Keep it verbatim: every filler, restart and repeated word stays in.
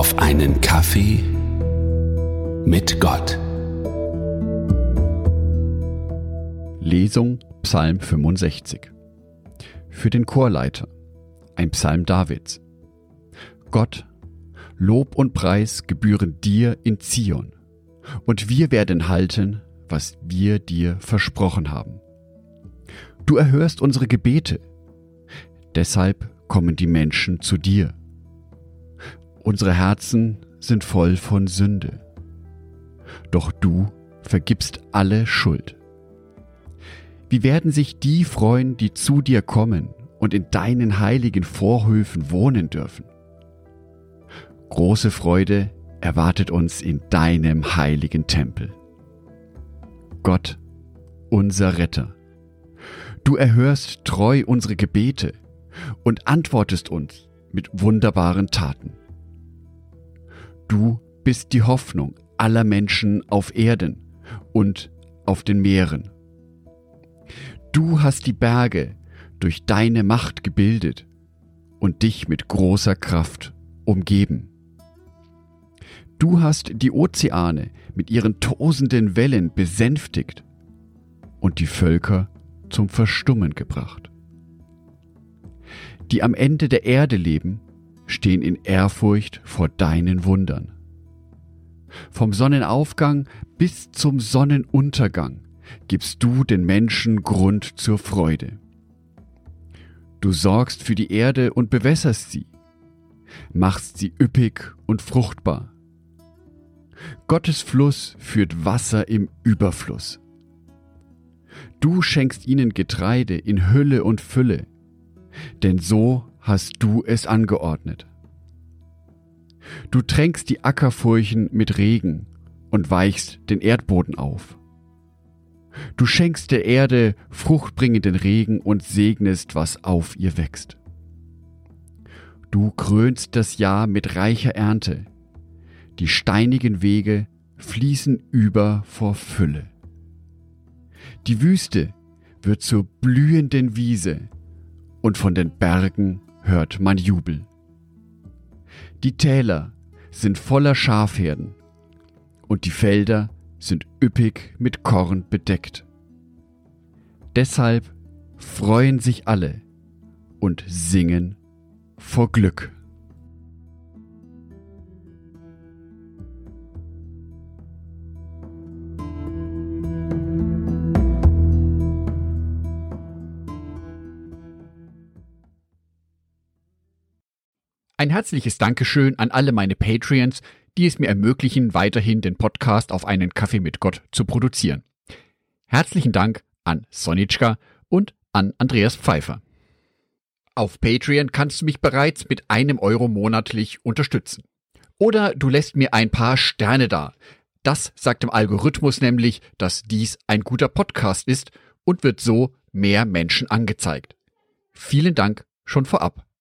auf einen Kaffee mit Gott. Lesung Psalm fünfundsechzig. Für den Chorleiter, ein Psalm Davids. Gott, Lob und Preis gebühren dir in Zion, und wir werden halten, was wir dir versprochen haben. Du erhörst unsere Gebete, deshalb kommen die Menschen zu dir. Unsere Herzen sind voll von Sünde, doch du vergibst alle Schuld. Wie werden sich die freuen, die zu dir kommen und in deinen heiligen Vorhöfen wohnen dürfen? Große Freude erwartet uns in deinem heiligen Tempel. Gott, unser Retter, du erhörst treu unsere Gebete und antwortest uns mit wunderbaren Taten. Du bist die Hoffnung aller Menschen auf Erden und auf den Meeren. Du hast die Berge durch deine Macht gebildet und dich mit großer Kraft umgeben. Du hast die Ozeane mit ihren tosenden Wellen besänftigt und die Völker zum Verstummen gebracht. Die am Ende der Erde leben, stehen in Ehrfurcht vor deinen Wundern. Vom Sonnenaufgang bis zum Sonnenuntergang gibst du den Menschen Grund zur Freude. Du sorgst für die Erde und bewässerst sie, machst sie üppig und fruchtbar. Gottes Fluss führt Wasser im Überfluss. Du schenkst ihnen Getreide in Hülle und Fülle, denn so hast du es angeordnet. Du tränkst die Ackerfurchen mit Regen und weichst den Erdboden auf. Du schenkst der Erde fruchtbringenden Regen und segnest, was auf ihr wächst. Du krönst das Jahr mit reicher Ernte. Die steinigen Wege fließen über vor Fülle. Die Wüste wird zur blühenden Wiese und von den Bergen hört man Jubel. Die Täler sind voller Schafherden und die Felder sind üppig mit Korn bedeckt. Deshalb freuen sich alle und singen vor Glück. Ein herzliches Dankeschön an alle meine Patreons, die es mir ermöglichen, weiterhin den Podcast auf einen Kaffee mit Gott zu produzieren. Herzlichen Dank an Sonitschka und an Andreas Pfeiffer. Auf Patreon kannst du mich bereits mit einem Euro monatlich unterstützen. Oder du lässt mir ein paar Sterne da. Das sagt dem Algorithmus nämlich, dass dies ein guter Podcast ist und wird so mehr Menschen angezeigt. Vielen Dank schon vorab.